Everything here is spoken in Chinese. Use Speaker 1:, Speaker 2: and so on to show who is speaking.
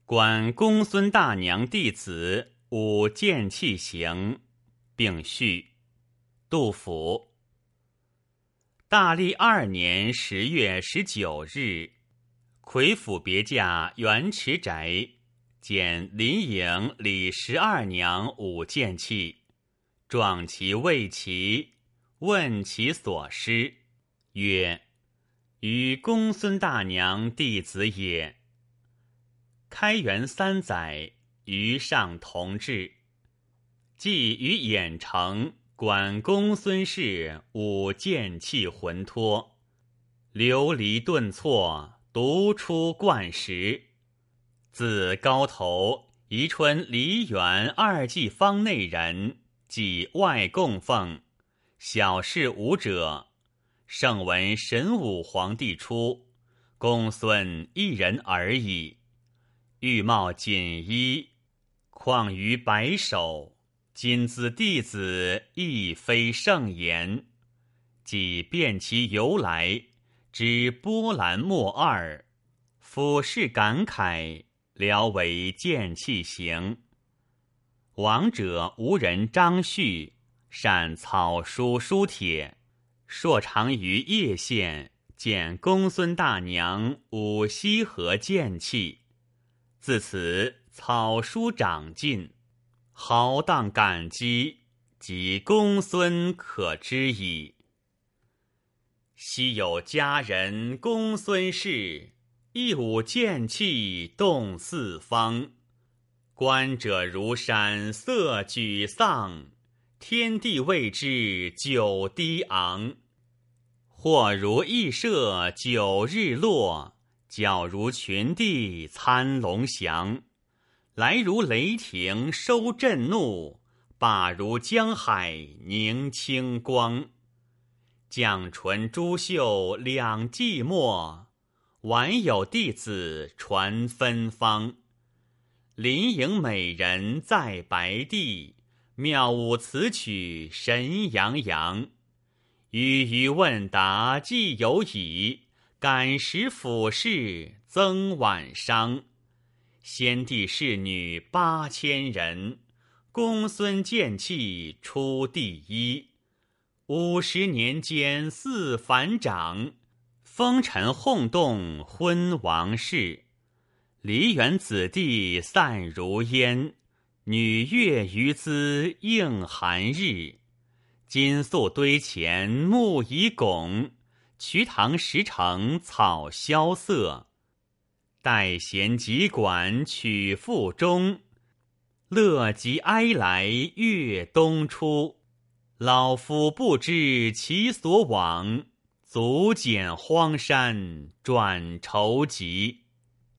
Speaker 1: 管公孙大娘弟子舞剑器行，并序。杜甫。大历2年10月19日，魁府别驾元池宅，见林颖李12娘舞剑器，状其未齐，问其所失，曰：与公孙大娘弟子也。开元3载，于上同治，既于兖城管公孙氏舞剑器浑脱，流离顿挫，独出冠时。自高头宜春梨园2季坊内人，即外供奉，小事舞者。圣闻神武皇帝出，公孙一人而已。玉帽锦衣，况于白首，今兹弟子亦非圣言。即辨其由来，知波澜莫二，俯视感慨，聊为剑器行。亡者无人张旭，善草书书帖，硕常于叶县见公孙大娘舞西河剑器。自此草书长进，豪荡感激，即公孙可知矣。昔有佳人公孙氏，一舞剑器动四方。观者如山色沮丧，天地为之久低昂。或如羿射9日落，皎如群帝参龙翔。来如雷霆收震怒，罢如江海凝清光。绛唇朱袖两寂寞，晚有弟子传芬芳。林颖美人在白帝，妙舞此曲神洋洋。语语问答既有矣，感时俯视增晚伤。先帝侍女8000人，公孙剑器出第一。50年间似反掌，风尘轰动昏王室。梨园子弟散如烟，女乐余姿映寒日。金粟堆前木已拱，瞿塘石城草萧瑟。待弦急管曲复终，乐极哀来月东出。老夫不知其所往，足减荒山转愁急。